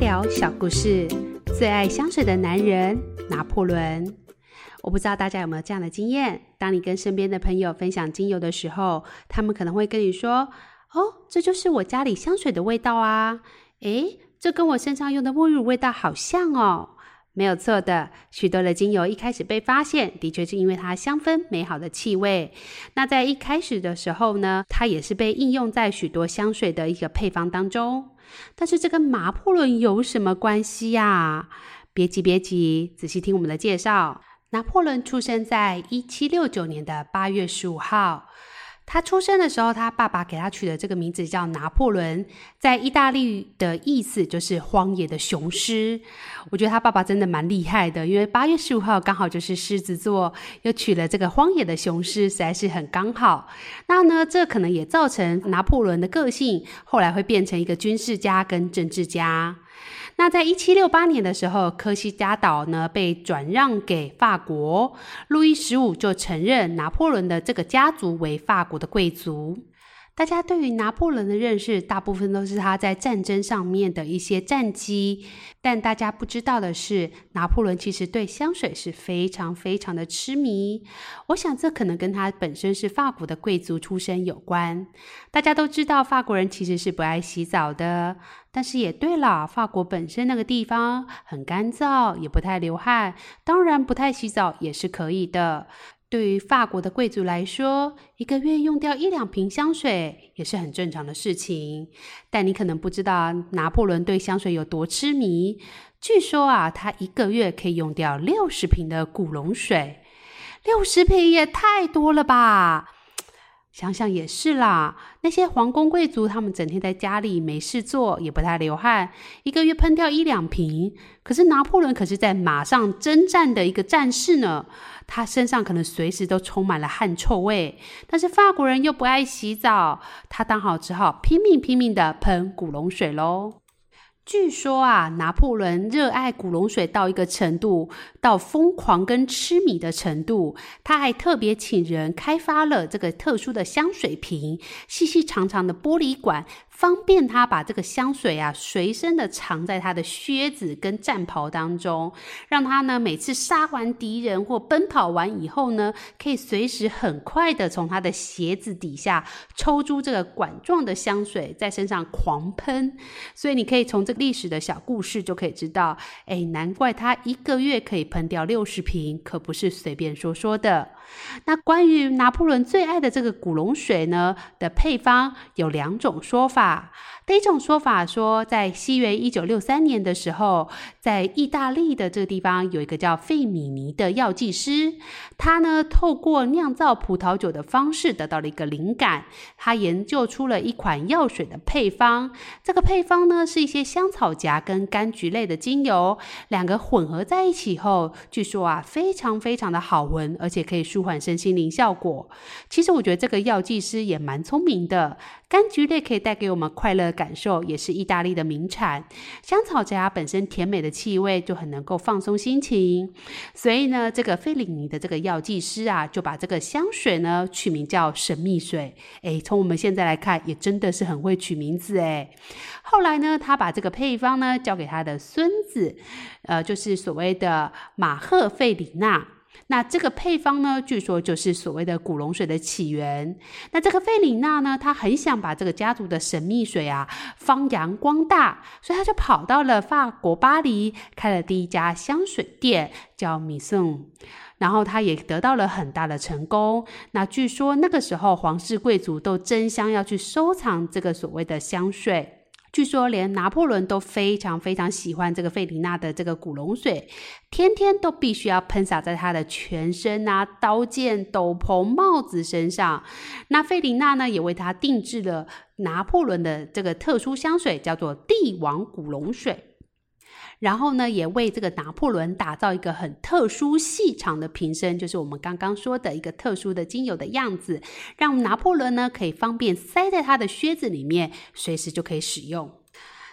聊小故事，最爱香水的男人拿破仑。我不知道大家有没有这样的经验，当你跟身边的朋友分享精油的时候，他们可能会跟你说，这就是我家里香水的味道啊，这跟我身上用的沐浴乳味道好像哦。没有错的，许多的精油一开始被发现，的确是因为它香氛美好的气味。那在一开始的时候呢，它也是被应用在许多香水的一个配方当中。但是这跟拿破仑有什么关系呀？别急，仔细听我们的介绍。拿破仑出生在1769年的8月15号。他出生的时候，他爸爸给他取的这个名字叫拿破仑，在意大利的意思就是荒野的雄狮。我觉得他爸爸真的蛮厉害的，因为8月15号刚好就是狮子座，又取了这个荒野的雄狮，实在是很刚好。那呢，这可能也造成拿破仑的个性后来会变成一个军事家跟政治家。那在1768年的时候，科西嘉岛呢被转让给法国，路易15就承认拿破仑的这个家族为法国的贵族。大家对于拿破仑的认识大部分都是他在战争上面的一些战绩，但大家不知道的是，拿破仑其实对香水是非常非常的痴迷。我想这可能跟他本身是法国的贵族出身有关。大家都知道法国人其实是不爱洗澡的，但是也对了，法国本身那个地方很干燥，也不太流汗，当然不太洗澡也是可以的。对于法国的贵族来说，一个月用掉1-2瓶香水也是很正常的事情。但你可能不知道拿破仑对香水有多痴迷。据说啊，他一个月可以用掉60瓶的古龙水。60瓶也太多了吧？想想也是啦，那些皇宫贵族他们整天在家里没事做，也不太流汗，一个月喷掉1-2瓶。可是拿破仑可是在马上征战的一个战士呢，他身上可能随时都充满了汗臭味。但是法国人又不爱洗澡，他当好只好拼命的喷古龙水咯。据说啊，拿破仑热爱古龙水到一个程度，到疯狂跟痴迷的程度，他还特别请人开发了这个特殊的香水瓶，细细长长的玻璃管，方便他把这个香水啊随身的藏在他的靴子跟战袍当中，让他呢每次杀完敌人或奔跑完以后呢，可以随时很快的从他的鞋子底下抽出这个管状的香水，在身上狂喷。所以你可以从这个历史的小故事就可以知道，难怪他一个月可以喷掉60瓶，可不是随便说说的。那关于拿破仑最爱的这个古龙水呢的配方有2种说法。第一种说法说，在西元1963年的时候，在意大利的这个地方有一个叫费米尼的药剂师，他呢透过酿造葡萄酒的方式得到了一个灵感，他研究出了一款药水的配方。这个配方呢是一些香草荚跟柑橘类的精油，两个混合在一起后，据说啊非常非常的好闻，而且可以舒缓身心灵效果。其实我觉得这个药剂师也蛮聪明的，柑橘类可以带给我们快乐的感受，也是意大利的名产。香草荚本身甜美的气味就很能够放松心情，所以呢，这个费里尼的这个药剂师啊，就把这个香水呢取名叫神秘水。从我们现在来看，也真的是很会取名字诶。后来呢，他把这个配方呢交给他的孙子，就是所谓的马赫费里纳。那这个配方呢，据说就是所谓的古龙水的起源。那这个费里纳呢，他很想把这个家族的神秘水啊发扬光大，所以他就跑到了法国巴黎，开了第一家香水店，叫米颂。然后他也得到了很大的成功。那据说那个时候皇室贵族都争相要去收藏这个所谓的香水。据说连拿破仑都非常非常喜欢这个费里纳的这个古龙水，天天都必须要喷洒在他的全身啊、刀剑、斗篷、帽子身上。那费里纳呢，也为他定制了拿破仑的这个特殊香水，叫做帝王古龙水。然后呢，也为这个拿破仑打造一个很特殊细长的瓶身，就是我们刚刚说的一个特殊的精油的样子，让拿破仑呢可以方便塞在他的靴子里面，随时就可以使用。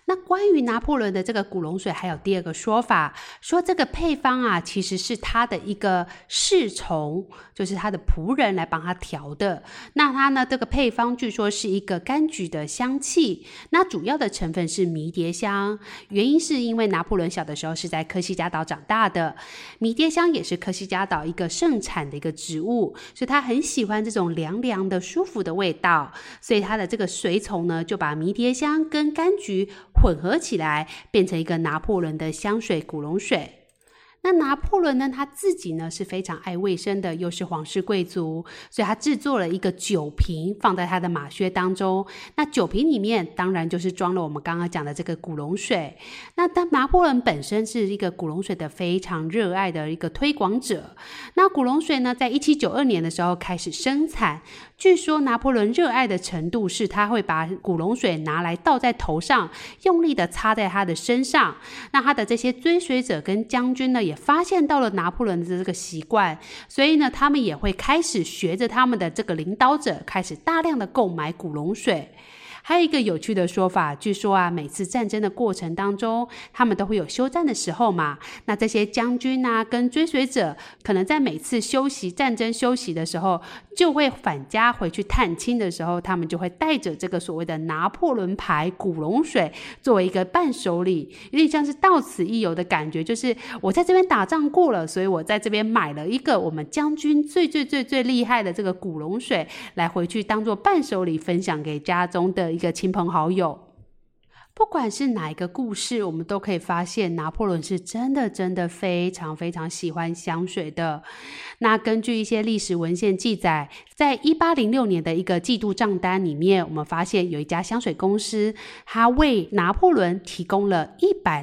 那关于拿破仑的这个古龙水还有第二个说法，说这个配方啊其实是他的一个侍从，就是他的仆人来帮他调的。那他呢这个配方据说是一个柑橘的香气，那主要的成分是迷迭香，原因是因为拿破仑小的时候是在科西嘉岛长大的，迷迭香也是科西嘉岛一个盛产的一个植物，所以他很喜欢这种凉凉的舒服的味道，所以他的这个随从呢就把迷迭香跟柑橘混合起来，变成一个拿破仑的香水古龙水。那拿破仑呢，他自己呢是非常爱卫生的，又是皇室贵族，所以他制作了一个酒瓶放在他的马靴当中。那酒瓶里面当然就是装了我们刚刚讲的这个古龙水。那当拿破仑本身是一个古龙水的非常热爱的一个推广者。那古龙水呢，在1792年的时候开始生产。据说拿破仑热爱的程度是他会把古龙水拿来倒在头上，用力的擦在他的身上。那他的这些追随者跟将军呢，也发现到了拿破仑的这个习惯，所以呢，他们也会开始学着他们的这个领导者，开始大量的购买古龙水。还有一个有趣的说法，据说啊，每次战争的过程当中，他们都会有休战的时候嘛。那这些将军啊，跟追随者，可能在每次战争休息的时候，就会返家回去探亲的时候，他们就会带着这个所谓的拿破仑牌古龙水作为一个伴手礼，有点像是到此一游的感觉，就是我在这边打仗过了，所以我在这边买了一个我们将军最厉害的这个古龙水，来回去当做伴手礼分享给家中的一个亲朋好友。不管是哪一个故事，我们都可以发现拿破仑是真的非常喜欢香水的。那根据一些历史文献记载，在1806年的一个季度账单里面，我们发现有一家香水公司，他为拿破仑提供了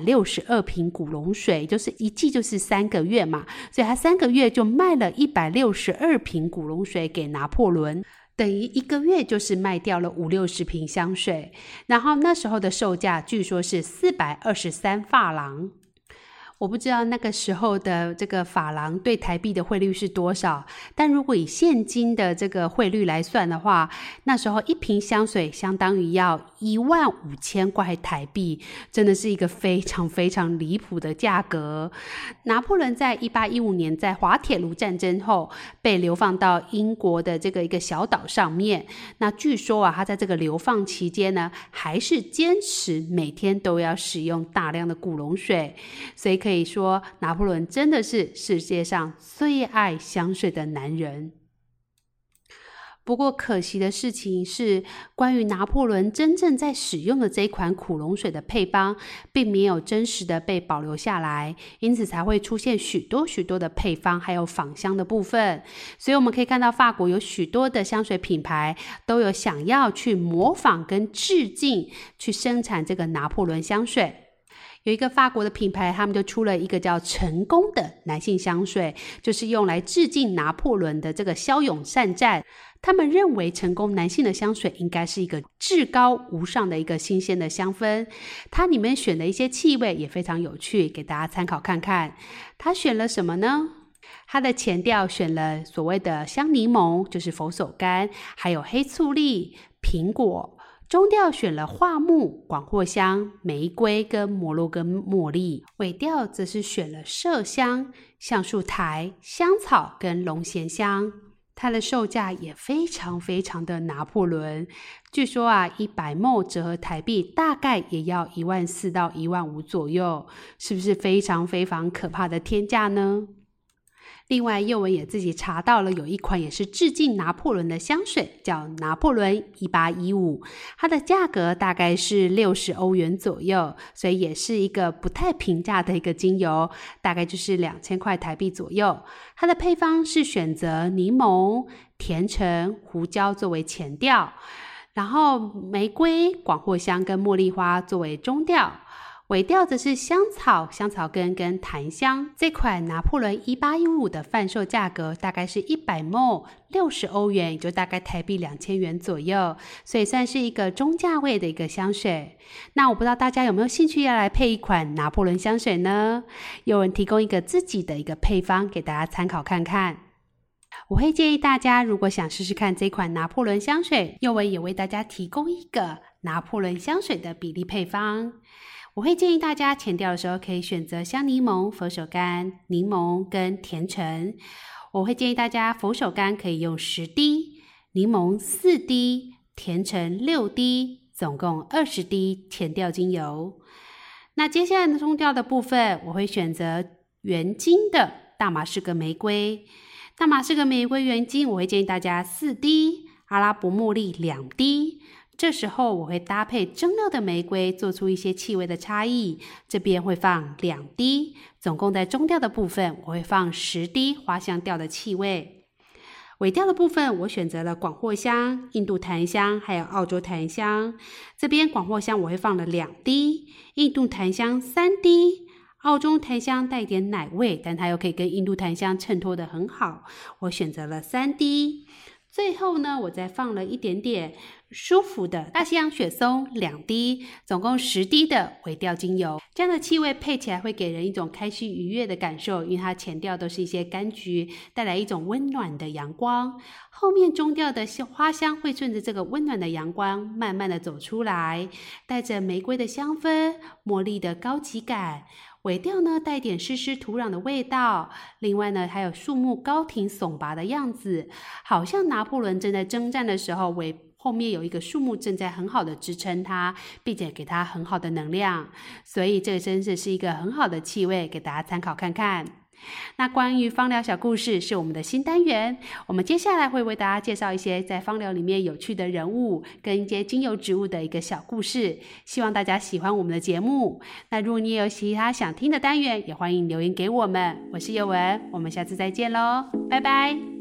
162瓶古龙水，就是一季就是3个月嘛，所以他3个月就卖了162瓶古龙水给拿破仑，等于1个月就是卖掉了50-60瓶香水。然后那时候的售价据说是423法郎。我不知道那个时候的这个法郎对台币的汇率是多少，但如果以现今的这个汇率来算的话，那时候一瓶香水相当于要15000块台币，真的是一个非常离谱的价格。拿破仑在1815年在滑铁卢战争后被流放到英国的这个一个小岛上面，那据说啊，他在这个流放期间呢，还是坚持每天都要使用大量的古龙水，所以可以说拿破仑真的是世界上最爱香水的男人。不过可惜的事情是，关于拿破仑真正在使用的这一款古龙水的配方并没有真实的被保留下来，因此才会出现许多的配方还有仿香的部分。所以我们可以看到法国有许多的香水品牌都有想要去模仿跟致敬去生产这个拿破仑香水。有一个法国的品牌，他们就出了一个叫成功的男性香水，就是用来致敬拿破仑的这个骁勇善战。他们认为成功男性的香水应该是一个至高无上的一个新鲜的香氛，它里面选的一些气味也非常有趣，给大家参考看看。他选了什么呢？它的前调选了所谓的香柠檬，就是佛手柑，还有黑醋栗、苹果。中调选了桦木、广藿香、玫瑰跟摩洛哥茉莉，尾调则是选了麝香、橡树苔、香草跟龙涎香。它的售价也非常的拿破仑，据说啊100ml折合台币大概也要14000到15000左右，是不是非常可怕的天价呢？另外佑文也自己查到了有一款也是致敬拿破仑的香水，叫拿破仑1815，它的价格大概是60欧元左右，所以也是一个不太平价的一个精油，大概就是2000块台币左右。它的配方是选择柠檬、甜橙、胡椒作为前调，然后玫瑰、广藿香跟茉莉花作为中调，尾调则是香草、香草根跟檀香。这款拿破仑1815的贩售价格大概是100ml60欧元，也就大概台币2000元左右，所以算是一个中价位的一个香水。那我不知道大家有没有兴趣要来配一款拿破仑香水呢？有人提供一个自己的一个配方给大家参考看看。 我会建议大家，如果想试试看这款拿破仑香水，佑文也为大家提供一个拿破仑香水的比例配方。我会建议大家前调的时候可以选择香柠檬、佛手柑、柠檬跟甜橙。我会建议大家佛手柑可以用10滴，柠檬4滴，甜橙6滴，总共20滴前调精油。那接下来的中调的部分，我会选择原精的大马士革玫瑰。大马士革玫瑰原精我会建议大家4滴，阿拉伯茉莉2滴。这时候我会搭配蒸馏的玫瑰，做出一些气味的差异。这边会放2滴，总共在中调的部分我会放10滴花香调的气味。尾调的部分我选择了广藿香、印度檀香还有澳洲檀香。这边广藿香我会放了2滴，印度檀香3滴，澳洲檀香带一点奶味，但它又可以跟印度檀香衬托得很好，我选择了3滴。最后呢，我再放了一点点舒服的大西洋雪松2滴，总共10滴的尾调精油。这样的气味配起来会给人一种开心愉悦的感受，因为它前调都是一些柑橘，带来一种温暖的阳光。后面中调的花香会顺着这个温暖的阳光慢慢的走出来，带着玫瑰的香氛、茉莉的高级感。尾调呢带点湿湿土壤的味道，另外呢还有树木高挺耸拔的样子，好像拿破仑正在征战的时候，后面有一个树木正在很好的支撑它，并且给它很好的能量，所以这真是一个很好的气味，给大家参考看看。那关于芳疗小故事是我们的新单元，我们接下来会为大家介绍一些在芳疗里面有趣的人物跟一些精油植物的一个小故事，希望大家喜欢我们的节目。那如果你也有其他想听的单元，也欢迎留言给我们。我是佑文，我们下次再见咯，拜拜。